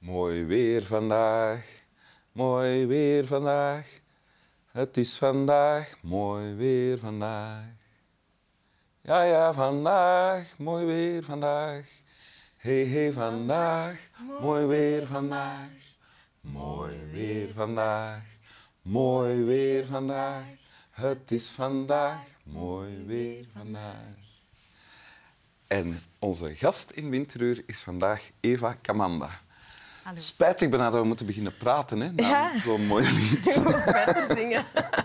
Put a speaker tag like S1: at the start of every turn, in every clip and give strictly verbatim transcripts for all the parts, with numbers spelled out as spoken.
S1: Mooi weer vandaag, mooi weer vandaag. Het is vandaag mooi weer vandaag. Ja, ja, vandaag, mooi weer vandaag. Hey, hey, vandaag, mooi weer vandaag. Mooi weer vandaag, mooi weer vandaag. Het is vandaag mooi weer vandaag. En onze gast in Winteruur is vandaag Eva Kamanda.
S2: Hallo.
S1: Spijtig bijna dat we moeten beginnen praten, hè, na
S2: Ja.
S1: zo'n mooi lied.
S2: Ik moet verder zingen.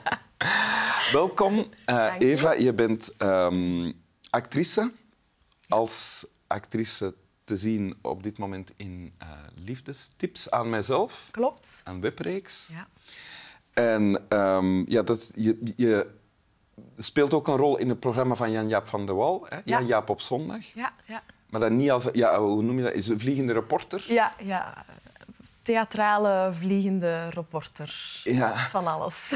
S1: Welkom, uh,
S2: Dank je.
S1: Eva. Je bent um, actrice. Als actrice te zien op dit moment in uh, Liefdestips aan mijzelf.
S2: Klopt.
S1: Een webreeks.
S2: Ja.
S1: En um, ja, dat, je, je speelt ook een rol in het programma van Jan-Jaap van de Wal. Hè?
S2: Ja.
S1: Jan-Jaap op zondag.
S2: Ja, ja.
S1: Maar dan niet als... Ja, hoe noem je dat? Is een vliegende reporter?
S2: Ja, ja. Theatrale, vliegende reporter.
S1: Ja.
S2: Van alles.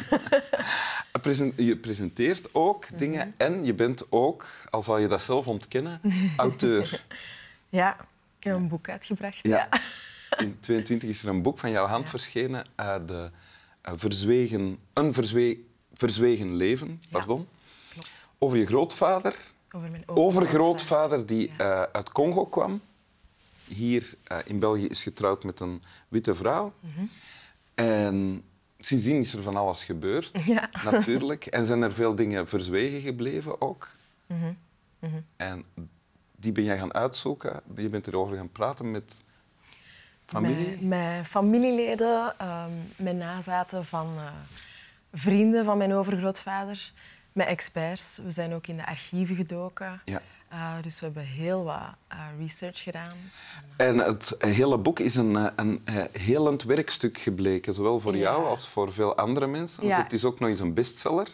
S1: Je presenteert ook
S2: Mm-hmm.
S1: dingen en je bent ook, al zal je dat zelf ontkennen, auteur.
S2: Ja, ik heb een boek uitgebracht.
S1: Ja.
S2: Ja.
S1: In tweeëntwintig is er een boek van jouw hand
S2: Ja.
S1: verschenen, uh, de, uh, verzwegen, Een verzwe, verzwegen leven, pardon,
S2: Klopt.
S1: over je grootvader.
S2: Over mijn
S1: Overgrootvader die
S2: Ja.
S1: uh, uit Congo kwam. Hier uh, in België is getrouwd met een witte vrouw.
S2: Mm-hmm.
S1: En sindsdien is er van alles gebeurd,
S2: Ja.
S1: natuurlijk. En zijn er veel dingen verzwegen gebleven ook.
S2: Mm-hmm. Mm-hmm.
S1: En die ben jij gaan uitzoeken. Je bent erover gaan praten met familie.
S2: Met, met familieleden, um, met nazaten van uh, vrienden van mijn overgrootvader, met experts. We zijn ook in de archieven gedoken.
S1: Ja.
S2: Uh, dus we hebben heel wat uh, research gedaan.
S1: En het hele boek is een, een, een helend werkstuk gebleken, zowel voor
S2: Ja.
S1: jou als voor veel andere mensen. Want
S2: Ja.
S1: het is ook nog eens een bestseller.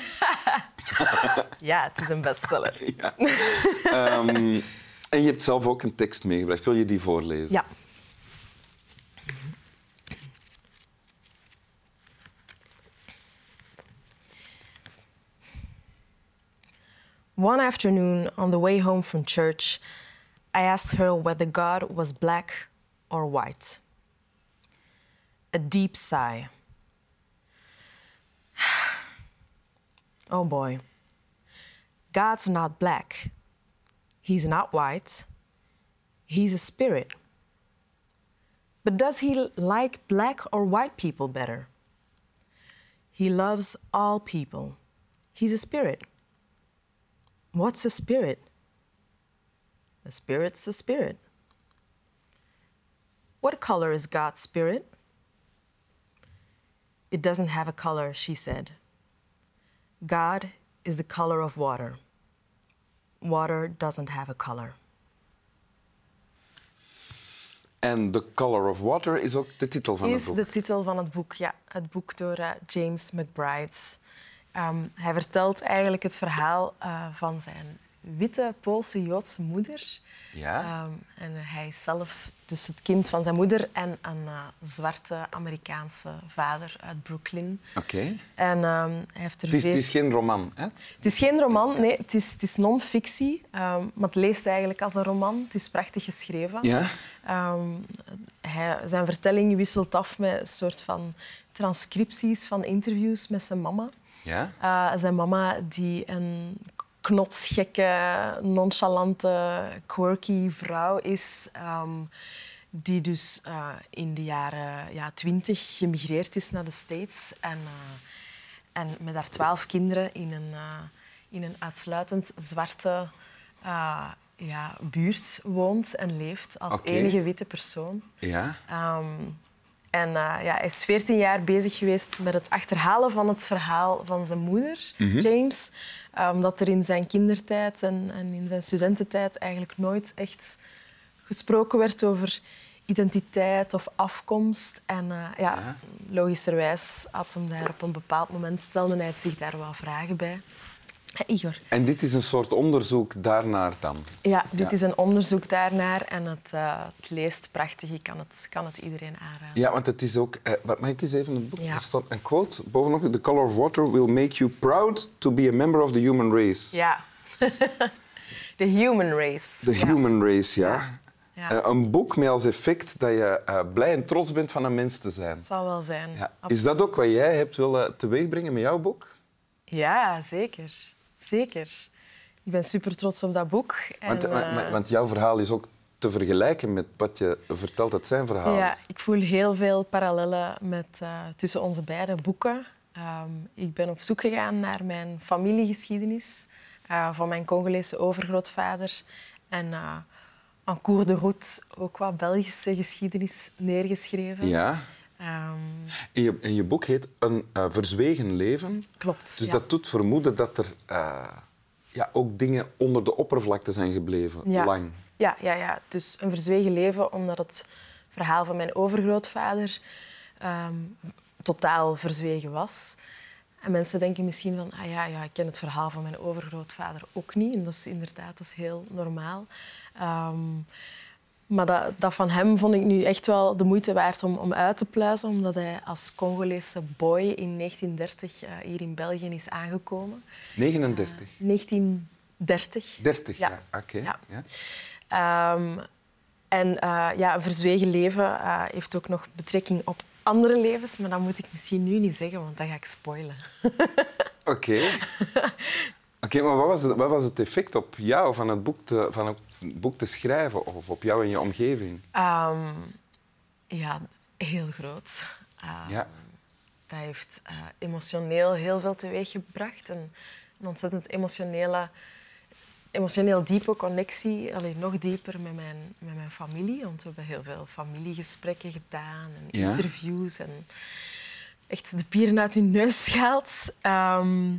S2: Ja, het is een bestseller.
S1: Ja. um, en je hebt zelf ook een tekst meegebracht. Wil je die voorlezen?
S2: Ja. One afternoon, on the way home from church, I asked her whether God was black or white. A deep sigh. Oh boy. God's not black. He's not white. He's a spirit. But does he like black or white people better? He loves all people. He's a spirit. What's a spirit? A spirit's a spirit. What color is God's spirit? It doesn't have a color, she said. God is the color of water. Water doesn't have a color.
S1: En The Color of Water is ook de titel van
S2: Is
S1: het boek.
S2: de titel van het boek, ja. Het boek door uh, James McBride. Um, hij vertelt eigenlijk het verhaal uh, van zijn witte Poolse Joodse moeder.
S1: Ja?
S2: Um, en hij is zelf dus het kind van zijn moeder en een uh, zwarte Amerikaanse vader uit Brooklyn.
S1: Oké. Okay.
S2: En um, hij heeft er
S1: Het is,
S2: veel...
S1: het is geen roman, hè?
S2: Het is geen roman, nee. Het is, het is non-fictie, um, maar het leest eigenlijk als een roman. Het is prachtig geschreven.
S1: Ja?
S2: Um, hij, zijn vertelling wisselt af met een soort van transcripties van interviews met zijn mama.
S1: Ja?
S2: Uh, zijn mama die een knotsgekke, nonchalante, quirky vrouw is, um, die dus uh, in de jaren ja, twintig gemigreerd is naar de States en, uh, en met haar twaalf kinderen in een, uh, in een uitsluitend zwarte uh, ja, buurt woont en leeft als
S1: Oké.
S2: enige witte persoon.
S1: Ja?
S2: Um, En uh, ja, hij is veertien jaar bezig geweest met het achterhalen van het verhaal van zijn moeder,
S1: Mm-hmm.
S2: James. Uh, omdat er in zijn kindertijd en, en in zijn studententijd eigenlijk nooit echt gesproken werd over identiteit of afkomst. En uh, ja,
S1: Ja.
S2: logischerwijs had hem daar op een bepaald moment stelde hij zich daar wel vragen bij. Hey, Igor.
S1: En dit is een soort onderzoek daarnaar dan?
S2: Ja, dit
S1: Ja.
S2: is een onderzoek daarnaar en het, uh, het leest prachtig. Ik kan het, kan het iedereen aanraden.
S1: Ja, want het is ook... Eh, mag ik eens even het boek?
S2: Ja.
S1: Er staat een quote bovenop. The color of water will make you proud to be a member of the human race.
S2: Ja. The human race.
S1: The
S2: Ja.
S1: human race, ja.
S2: Ja. ja.
S1: Uh, een boek met als effect dat je uh, blij en trots bent van een mens te zijn.
S2: Het zal wel zijn.
S1: Ja. Is dat ook wat jij hebt willen teweegbrengen met jouw boek?
S2: Ja, zeker. Zeker. Ik ben super trots op dat boek. En,
S1: want,
S2: uh...
S1: want jouw verhaal is ook te vergelijken met wat je vertelt dat zijn verhaal
S2: ja,
S1: is.
S2: ik voel heel veel parallellen met, uh, tussen onze beide boeken. Um, ik ben op zoek gegaan naar mijn familiegeschiedenis uh, van mijn Congolese overgrootvader. En uh, en cours de route ook wat Belgische geschiedenis neergeschreven.
S1: Ja.
S2: Um...
S1: En, je, en je boek heet Een uh, verzwegen leven.
S2: Klopt.
S1: Dus
S2: ja.
S1: dat doet vermoeden dat er uh, ja, ook dingen onder de oppervlakte zijn gebleven,
S2: ja.
S1: lang.
S2: Ja, ja, ja, dus een verzwegen leven, omdat het verhaal van mijn overgrootvader um, totaal verzwegen was. En mensen denken misschien van, ah ja, ja, ik ken het verhaal van mijn overgrootvader ook niet. En dat is inderdaad, dat is heel normaal. Um, maar dat, dat van hem vond ik nu echt wel de moeite waard om, om uit te pluizen, omdat hij als Congolese boy in negentien dertig uh, hier in België is aangekomen.
S1: negenendertig?
S2: Uh, negentien dertig.
S1: dertig, ja.
S2: ja.
S1: Oké. Okay.
S2: Ja.
S1: Ja.
S2: Um, en uh, ja, een verzwegen leven uh, heeft ook nog betrekking op andere levens, maar dat moet ik misschien nu niet zeggen, want dan ga ik spoilen.
S1: Oké. Okay. Okay, maar wat was, het, wat was het effect op jou van het boek te, van het boek te schrijven of op jou en je omgeving?
S2: Um, ja, heel groot. Um,
S1: ja.
S2: Dat heeft uh, emotioneel heel veel teweeggebracht. En een ontzettend emotionele, emotioneel diepe connectie, allee, nog dieper met mijn, met mijn familie. Want we hebben heel veel familiegesprekken gedaan en
S1: ja.
S2: interviews. En echt de pieren uit hun neus gehaald. Um,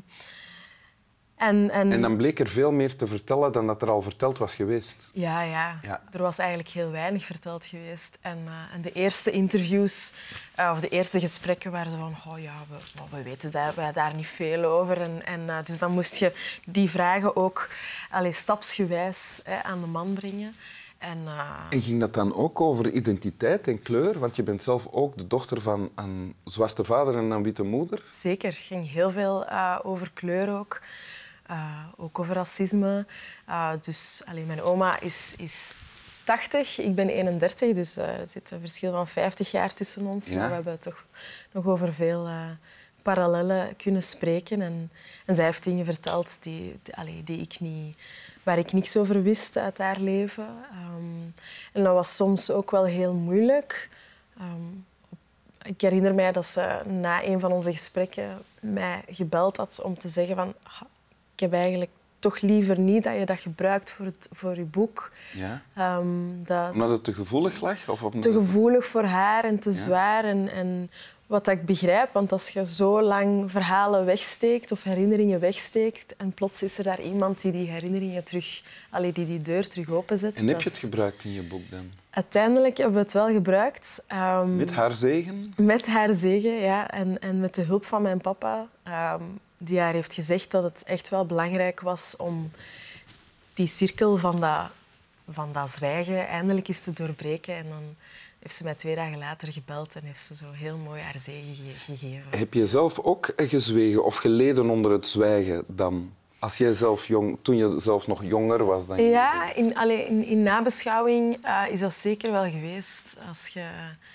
S2: En, en...
S1: en dan bleek er veel meer te vertellen dan dat er al verteld was geweest.
S2: Ja, ja. ja. Er was eigenlijk heel weinig verteld geweest. En, uh, en de eerste interviews, uh, of de eerste gesprekken, waren ze van... Oh ja, we, we weten daar, wij daar niet veel over. En, en, uh, dus dan moest je die vragen ook allez, stapsgewijs hè, aan de man brengen. En, uh...
S1: en ging dat dan ook over identiteit en kleur? Want je bent zelf ook de dochter van een zwarte vader en een witte moeder.
S2: Zeker. Het ging heel veel uh, over kleur ook. Uh, ook over racisme. Uh, dus allee, mijn oma is, is tachtig, ik ben eenendertig, dus uh, er zit een verschil van vijftig jaar tussen ons.
S1: Ja.
S2: Maar we hebben toch nog over veel uh, parallellen kunnen spreken. En, en zij heeft dingen verteld die, die, allee, die ik niet, waar ik niks over wist uit haar leven. Um, en dat was soms ook wel heel moeilijk. Um, ik herinner mij dat ze na een van onze gesprekken mij gebeld had om te zeggen van... Ik heb eigenlijk toch liever niet dat je dat gebruikt voor, het, voor je boek.
S1: Ja.
S2: Um, dat
S1: omdat het te gevoelig lag? Of omdat...
S2: Te gevoelig voor haar en te
S1: ja.
S2: zwaar. En, en wat ik begrijp, want als je zo lang verhalen wegsteekt of herinneringen wegsteekt en plots is er daar iemand die die herinneringen terug... Allee, die die deur terug openzet.
S1: En heb je
S2: is...
S1: het gebruikt in je boek dan?
S2: Uiteindelijk hebben we het wel gebruikt. Um,
S1: met haar zegen?
S2: Met haar zegen, ja. En, en met de hulp van mijn papa... Um, die haar heeft gezegd dat het echt wel belangrijk was om die cirkel van dat, van dat zwijgen eindelijk eens te doorbreken. En dan heeft ze mij twee dagen later gebeld en heeft ze zo heel mooi haar zegen ge- gegeven.
S1: Heb je zelf ook gezwegen of geleden onder het zwijgen dan? Als jij zelf jong, toen je zelf nog jonger was dan je...
S2: Ja, in, allee, in, in nabeschouwing uh, is dat zeker wel geweest. Als je...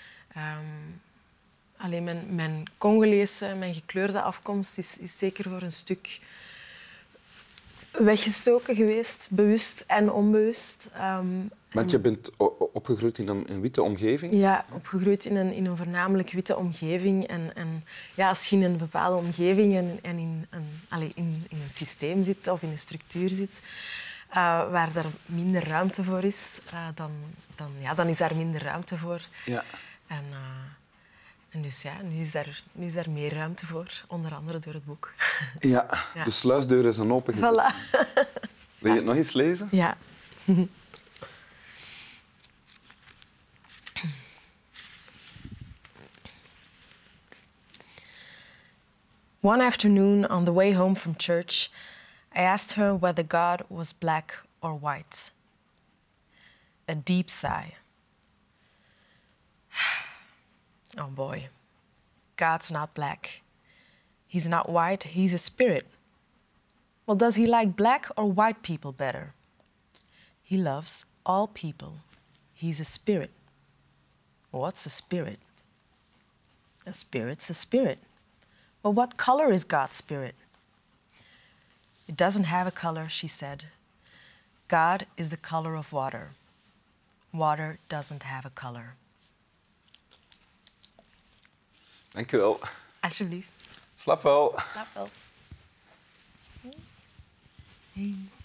S2: Um, Allee, mijn, mijn Congolese, mijn gekleurde afkomst is, is zeker voor een stuk weggestoken geweest, bewust en onbewust. Um,
S1: Want
S2: en,
S1: je bent opgegroeid in een, een witte omgeving?
S2: Ja, opgegroeid in een, in een voornamelijk witte omgeving. En, en ja, als je in een bepaalde omgeving en, en in, een, allee, in, in een systeem zit of in een structuur zit, uh, waar er minder ruimte voor is, uh, dan, dan, ja, dan is daar minder ruimte voor.
S1: Ja.
S2: En, uh, En dus ja, nu is, daar, nu is daar meer ruimte voor, onder andere door het boek.
S1: Ja,
S2: ja.
S1: de sluisdeuren zijn opengezet.
S2: Voilà.
S1: Wil je het nog eens lezen?
S2: Ja. One afternoon, on the way home from church, I asked her whether God was black or white. A deep sigh. Oh boy, God's not black. He's not white, he's a spirit. Well, does he like black or white people better? He loves all people. He's a spirit. What's a spirit? A spirit's a spirit. Well, what color is God's spirit? It doesn't have a color, she said. God is the color of water. Water doesn't have a color.
S1: Dank u wel.
S2: Alsjeblieft.
S1: Slap wel.
S2: Slaap wel. Hey.